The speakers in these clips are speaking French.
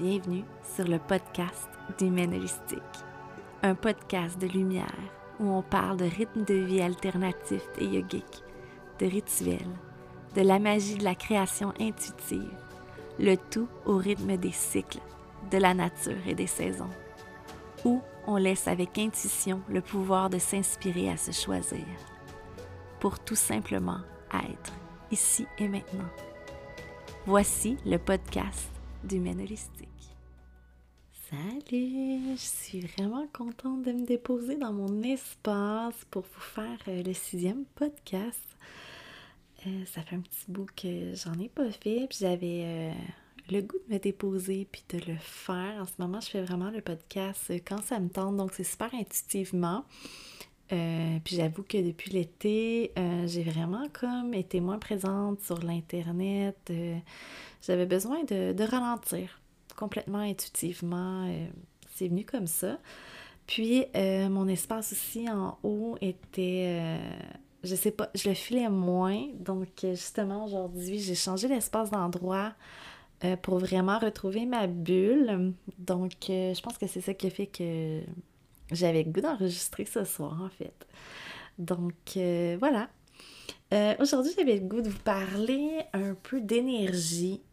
bienvenue sur le podcast d'Humaine Holistique, un podcast de lumière où on parle de rythmes de vie alternatifs et yogiques, de rituels, de la magie de la création intuitive, le tout au rythme des cycles, de la nature et des saisons, où on laisse avec intuition le pouvoir de s'inspirer à se choisir, pour tout simplement être ici et maintenant. Voici le podcast d'Humaine Holistique. Salut! Je suis vraiment contente de me déposer dans mon espace pour vous faire le 6e podcast. Ça fait un petit bout que j'en ai pas fait, puis j'avais le goût de me déposer puis de le faire. En ce moment, je fais vraiment le podcast quand ça me tente, donc c'est super intuitivement. Puis j'avoue que depuis l'été, j'ai vraiment comme été moins présente sur l'internet. J'avais besoin de ralentir complètement intuitivement. C'est venu comme ça. Puis mon espace aussi en haut était, je sais pas, je le filais moins. Donc justement aujourd'hui, j'ai changé l'espace d'endroit pour vraiment retrouver ma bulle. Donc je pense que c'est ça qui a fait que j'avais le goût d'enregistrer ce soir, en fait. Donc, voilà. Aujourd'hui, j'avais le goût de vous parler un peu d'énergie.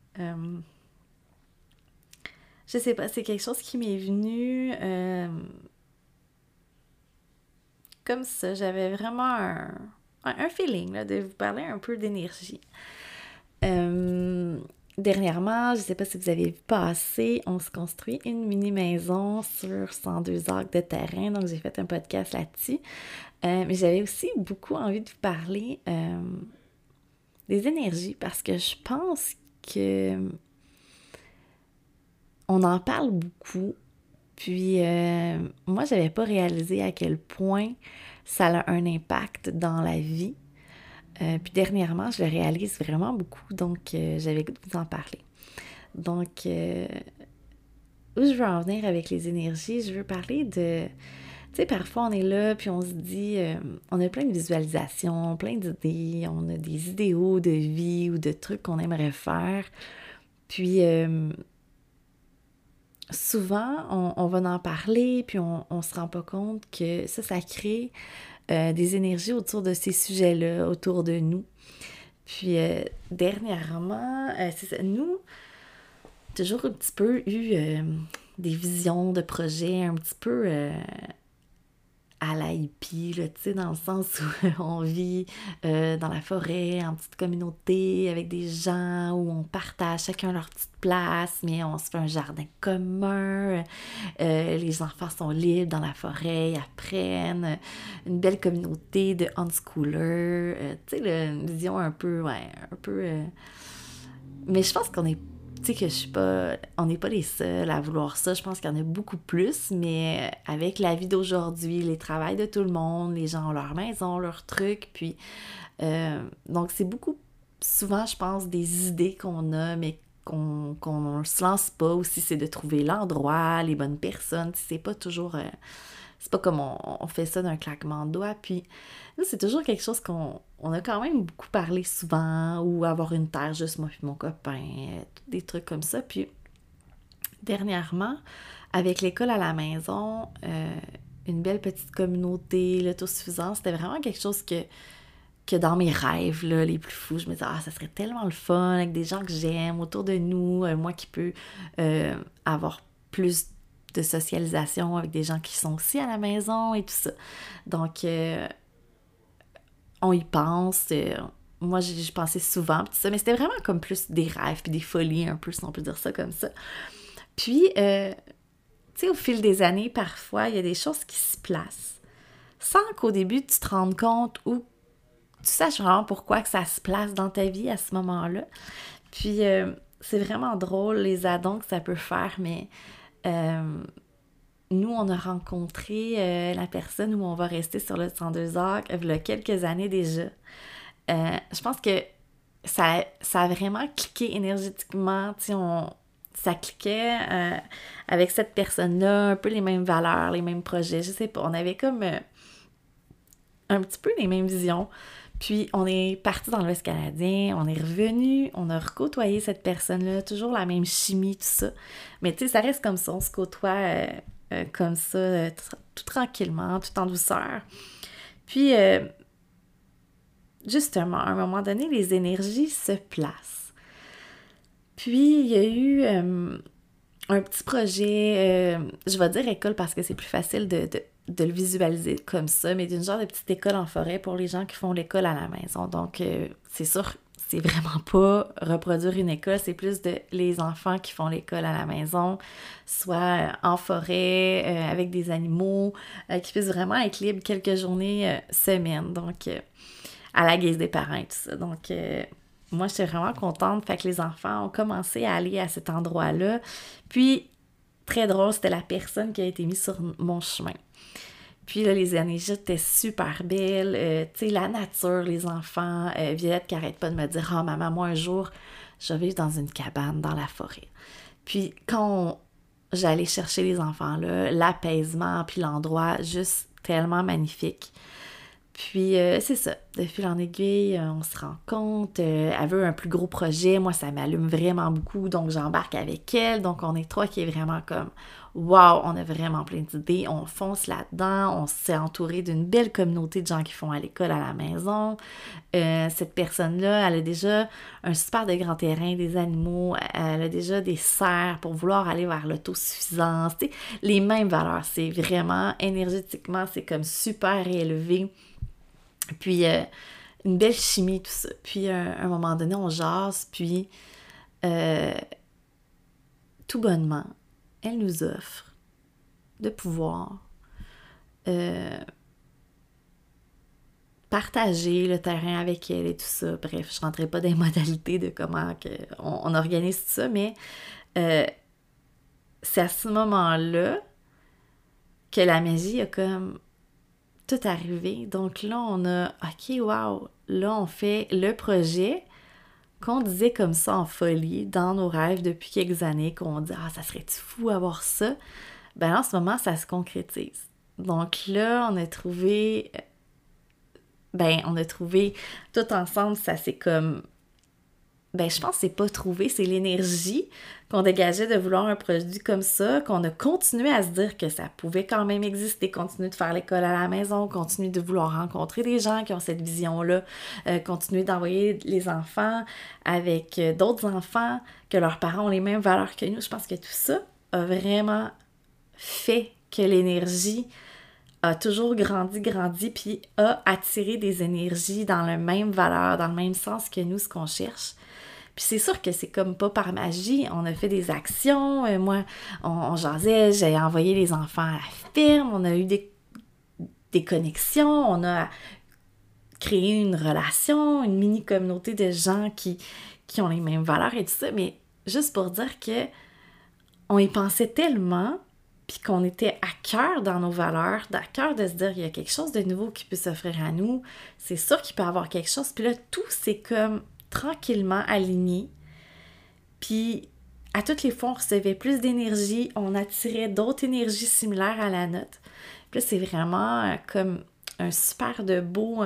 Je sais pas, c'est quelque chose qui m'est venu comme ça. J'avais vraiment un feeling là, de vous parler un peu d'énergie. Dernièrement, je ne sais pas si vous avez vu passer, on se construit une mini-maison sur 102 acres de terrain, donc j'ai fait un podcast là-dessus. Mais j'avais aussi beaucoup envie de vous parler des énergies parce que je pense que on en parle beaucoup. Puis moi, j'avais pas réalisé à quel point ça a un impact dans la vie. Puis dernièrement, je le réalise vraiment beaucoup, donc j'avais goût de vous en parler. Donc, où je veux en venir avec les énergies, je veux parler de... Tu sais, parfois on est là, puis on se dit, on a plein de visualisations, plein d'idées, on a des idéaux de vie ou de trucs qu'on aimerait faire. Puis, souvent, on va en parler, puis on se rend pas compte que ça crée des énergies autour de ces sujets-là, autour de nous. Puis, dernièrement, c'est ça, nous, toujours un petit peu eu des visions de projets un petit peu à la hippie, là, tu sais, dans le sens où on vit dans la forêt, en petite communauté, avec des gens où on partage chacun leur petite place, mais on se fait un jardin commun, les enfants sont libres dans la forêt, ils apprennent, une belle communauté de unschoolers, tu sais, une vision un peu, mais je pense qu'on est, tu sais que je suis pas, on n'est pas les seuls à vouloir ça, je pense qu'il y en a beaucoup plus, mais avec la vie d'aujourd'hui, les travails de tout le monde, les gens ont leur maison, leurs trucs, puis donc c'est beaucoup, souvent je pense, des idées qu'on a, mais qu'on se lance pas, aussi c'est de trouver l'endroit, les bonnes personnes, c'est pas toujours... c'est pas comme on fait ça d'un claquement de doigts. Puis nous, c'est toujours quelque chose qu'on a quand même beaucoup parlé souvent, ou avoir une terre juste moi puis mon copain, des trucs comme ça. Puis dernièrement, avec l'école à la maison, une belle petite communauté, l'autosuffisance, c'était vraiment quelque chose que dans mes rêves là, les plus fous, je me disais, ça serait tellement le fun avec des gens que j'aime autour de nous, moi qui peux avoir plus de socialisation avec des gens qui sont aussi à la maison et tout ça. Donc, on y pense. Moi, j'y pensais souvent, tout ça, mais c'était vraiment comme plus des rêves puis des folies un peu, si on peut dire ça comme ça. Puis, tu sais, au fil des années, parfois, il y a des choses qui se placent sans qu'au début, tu te rendes compte ou tu saches vraiment pourquoi que ça se place dans ta vie à ce moment-là. Puis, c'est vraiment drôle, les addons que ça peut faire, mais nous, on a rencontré la personne où on va rester sur le 102 acres il y a quelques années déjà. Je pense que ça a vraiment cliqué énergétiquement, tu sais, ça cliquait avec cette personne-là, un peu les mêmes valeurs, les mêmes projets, je sais pas, on avait comme un petit peu les mêmes visions. Puis, on est parti dans l'Ouest canadien, on est revenu, on a recôtoyé cette personne-là, toujours la même chimie, tout ça. Mais tu sais, ça reste comme ça, on se côtoie comme ça, tout tranquillement, tout en douceur. Puis, justement, à un moment donné, les énergies se placent. Puis, il y a eu un petit projet, je vais dire école parce que c'est plus facile de le visualiser comme ça, mais d'une genre de petite école en forêt pour les gens qui font l'école à la maison. Donc, c'est sûr, c'est vraiment pas reproduire une école, c'est plus de les enfants qui font l'école à la maison, soit en forêt, avec des animaux, qui puissent vraiment être libres quelques journées, semaine. Donc, à la guise des parents et tout ça. Donc, moi, j'étais vraiment contente. Fait que les enfants ont commencé à aller à cet endroit-là. Puis, très drôle, c'était la personne qui a été mise sur mon chemin. Puis là, les énergies étaient super belles. Tu sais, la nature, les enfants. Violette qui arrête pas de me dire « Ah, maman, moi, un jour, je vais vivre dans une cabane dans la forêt. » Puis, quand j'allais chercher les enfants là, l'apaisement, puis l'endroit, juste tellement magnifique. Puis, c'est ça. De fil en aiguille, on se rend compte. Elle veut un plus gros projet. Moi, ça m'allume vraiment beaucoup. Donc, j'embarque avec elle. Donc, on est trois qui est vraiment comme « Wow! » On a vraiment plein d'idées. On fonce là-dedans. On s'est entouré d'une belle communauté de gens qui font à l'école à la maison. Cette personne-là, elle a déjà un super de grand terrain, des animaux. Elle a déjà des serres pour vouloir aller vers l'autosuffisance. Tu sais, les mêmes valeurs. C'est vraiment, énergétiquement, c'est comme super élevé. Puis, une belle chimie, tout ça. Puis, à un moment donné, on jase, puis, tout bonnement, elle nous offre de pouvoir partager le terrain avec elle et tout ça. Bref, je ne rentrais pas dans les modalités de comment on organise tout ça, mais c'est à ce moment-là que la magie a comme tout arrivé. Donc là, on a, OK, wow, là, on fait le projet qu'on disait comme ça en folie dans nos rêves depuis quelques années, qu'on dit, ah, ça serait-tu fou avoir ça? Ben en ce moment, ça se concrétise. Donc là, on a trouvé tout ensemble, ça c'est comme, je pense que c'est pas trouvé, c'est l'énergie qu'on dégageait de vouloir un produit comme ça, qu'on a continué à se dire que ça pouvait quand même exister, continuer de faire l'école à la maison, continuer de vouloir rencontrer des gens qui ont cette vision-là, continuer d'envoyer les enfants avec d'autres enfants, que leurs parents ont les mêmes valeurs que nous. Je pense que tout ça a vraiment fait que l'énergie a toujours grandi, puis a attiré des énergies dans la même valeur, dans le même sens que nous, ce qu'on cherche. Puis c'est sûr que c'est comme pas par magie, on a fait des actions, moi, on jasait, j'ai envoyé les enfants à la ferme, on a eu des connexions, on a créé une relation, une mini-communauté de gens qui ont les mêmes valeurs et tout ça, mais juste pour dire que on y pensait tellement, puis qu'on était à cœur dans nos valeurs, à cœur de se dire il y a quelque chose de nouveau qui peut s'offrir à nous, c'est sûr qu'il peut y avoir quelque chose, puis là, tout c'est comme tranquillement aligné, puis à toutes les fois, on recevait plus d'énergie, on attirait d'autres énergies similaires à la nôtre. Puis là, c'est vraiment comme un super de beau...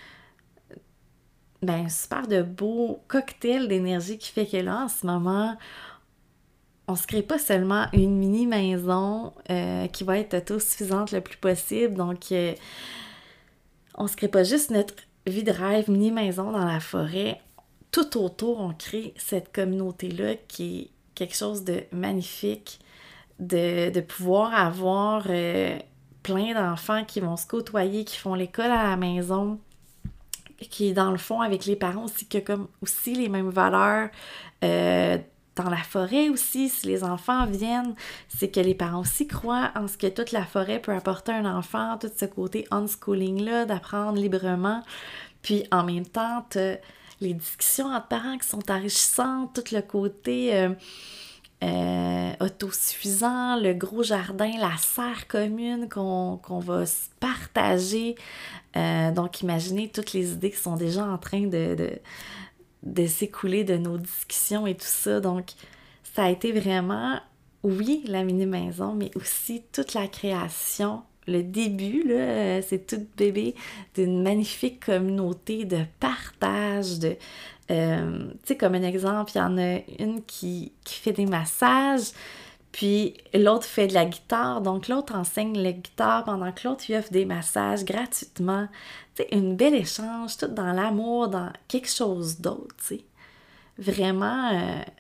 un super de beau cocktail d'énergie qui fait que là, en ce moment, on se crée pas seulement une mini-maison qui va être autosuffisante le plus possible. Donc, on se crée pas juste notre vie de rêve mini-maison dans la forêt. Tout autour, on crée cette communauté-là qui est quelque chose de magnifique, de pouvoir avoir plein d'enfants qui vont se côtoyer, qui font l'école à la maison, qui, dans le fond, avec les parents aussi, qui ont comme aussi les mêmes valeurs dans la forêt aussi, si les enfants viennent, c'est que les parents aussi croient en ce que toute la forêt peut apporter à un enfant, tout ce côté unschooling-là, d'apprendre librement. Puis en même temps, les discussions entre parents qui sont enrichissantes, tout le côté autosuffisant, le gros jardin, la serre commune qu'on va se partager. Donc imaginez toutes les idées qui sont déjà en train de s'écouler de nos discussions et tout ça. Donc, ça a été vraiment, oui, la mini-maison, mais aussi toute la création le début, là, c'est tout bébé d'une magnifique communauté de partage, de... tu sais, comme un exemple, il y en a une qui fait des massages, puis l'autre fait de la guitare, donc l'autre enseigne la guitare pendant que l'autre lui offre des massages gratuitement. Tu sais, un bel échange, tout dans l'amour, dans quelque chose d'autre, tu sais. Vraiment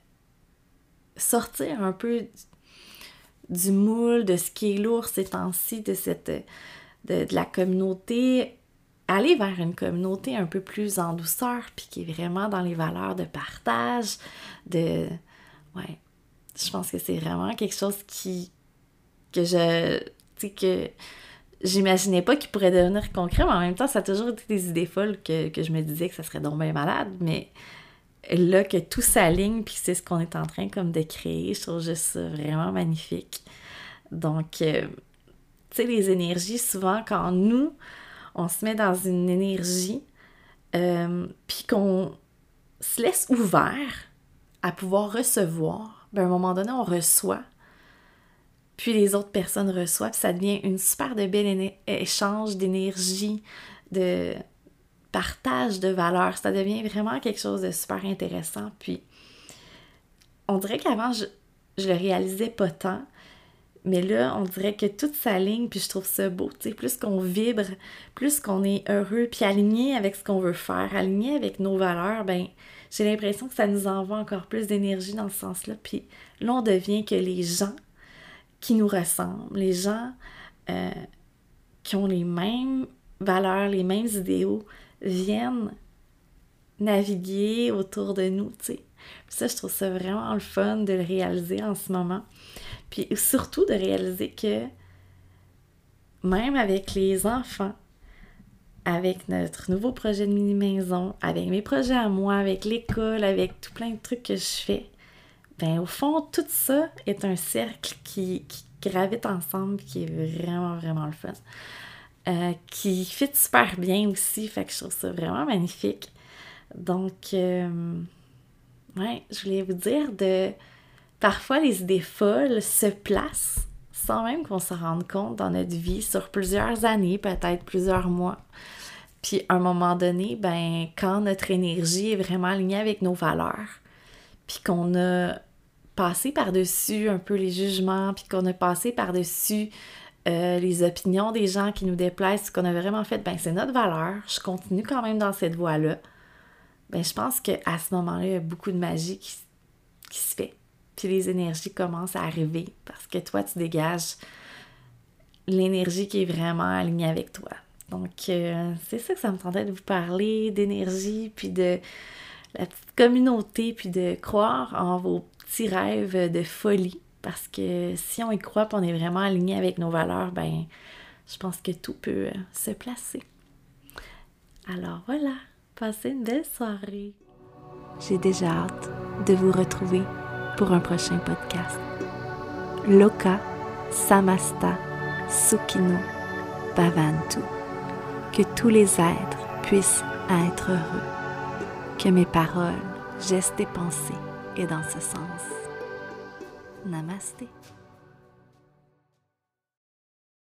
sortir un peu du moule, de ce qui est lourd ces temps-ci, de la communauté, aller vers une communauté un peu plus en douceur, puis qui est vraiment dans les valeurs de partage, ouais, je pense que c'est vraiment quelque chose que j'imaginais pas qu'il pourrait devenir concret, mais en même temps, ça a toujours été des idées folles que je me disais que ça serait donc bien malade, mais là, que tout s'aligne, puis c'est ce qu'on est en train comme de créer, je trouve juste ça vraiment magnifique. Donc, tu sais, les énergies, souvent, quand nous, on se met dans une énergie, puis qu'on se laisse ouvert à pouvoir recevoir, ben à un moment donné, on reçoit, puis les autres personnes reçoivent, puis ça devient une super de bel échange d'énergie, de partage de valeurs. Ça devient vraiment quelque chose de super intéressant. Puis, on dirait qu'avant, je le réalisais pas tant, mais là, on dirait que tout s'aligne, puis je trouve ça beau. Tu sais, plus qu'on vibre, plus qu'on est heureux, puis aligné avec ce qu'on veut faire, aligné avec nos valeurs, ben j'ai l'impression que ça nous envoie encore plus d'énergie dans ce sens-là. Puis là, on devient que les gens qui nous ressemblent, les gens qui ont les mêmes valeurs, les mêmes idéaux, viennent naviguer autour de nous, tu sais. Ça, je trouve ça vraiment le fun de le réaliser en ce moment. Puis surtout de réaliser que même avec les enfants, avec notre nouveau projet de mini-maison, avec mes projets à moi, avec l'école, avec tout plein de trucs que je fais, ben au fond, tout ça est un cercle qui gravite ensemble, qui est vraiment, vraiment le fun. Qui fit super bien aussi, fait que je trouve ça vraiment magnifique. Donc, ouais, je voulais vous dire parfois les idées folles se placent sans même qu'on se rende compte dans notre vie sur plusieurs années, peut-être plusieurs mois. Puis à un moment donné, ben quand notre énergie est vraiment alignée avec nos valeurs, puis qu'on a passé par-dessus un peu les jugements, puis qu'on a passé par-dessus les opinions des gens qui nous déplaisent, qu'on a vraiment fait, ben c'est notre valeur, je continue quand même dans cette voie-là, ben je pense qu'à ce moment-là, il y a beaucoup de magie qui se fait. Puis les énergies commencent à arriver parce que toi, tu dégages l'énergie qui est vraiment alignée avec toi. Donc, c'est ça que ça me tentait de vous parler, d'énergie, puis de la petite communauté, puis de croire en vos petits rêves de folie. Parce que si on y croit et on est vraiment aligné avec nos valeurs, ben je pense que tout peut se placer. Alors voilà, passez une belle soirée. J'ai déjà hâte de vous retrouver pour un prochain podcast. Loka Samasta Sukhino Bhavantu. Que tous les êtres puissent être heureux. Que mes paroles, gestes et pensées aient dans ce sens. Namasté.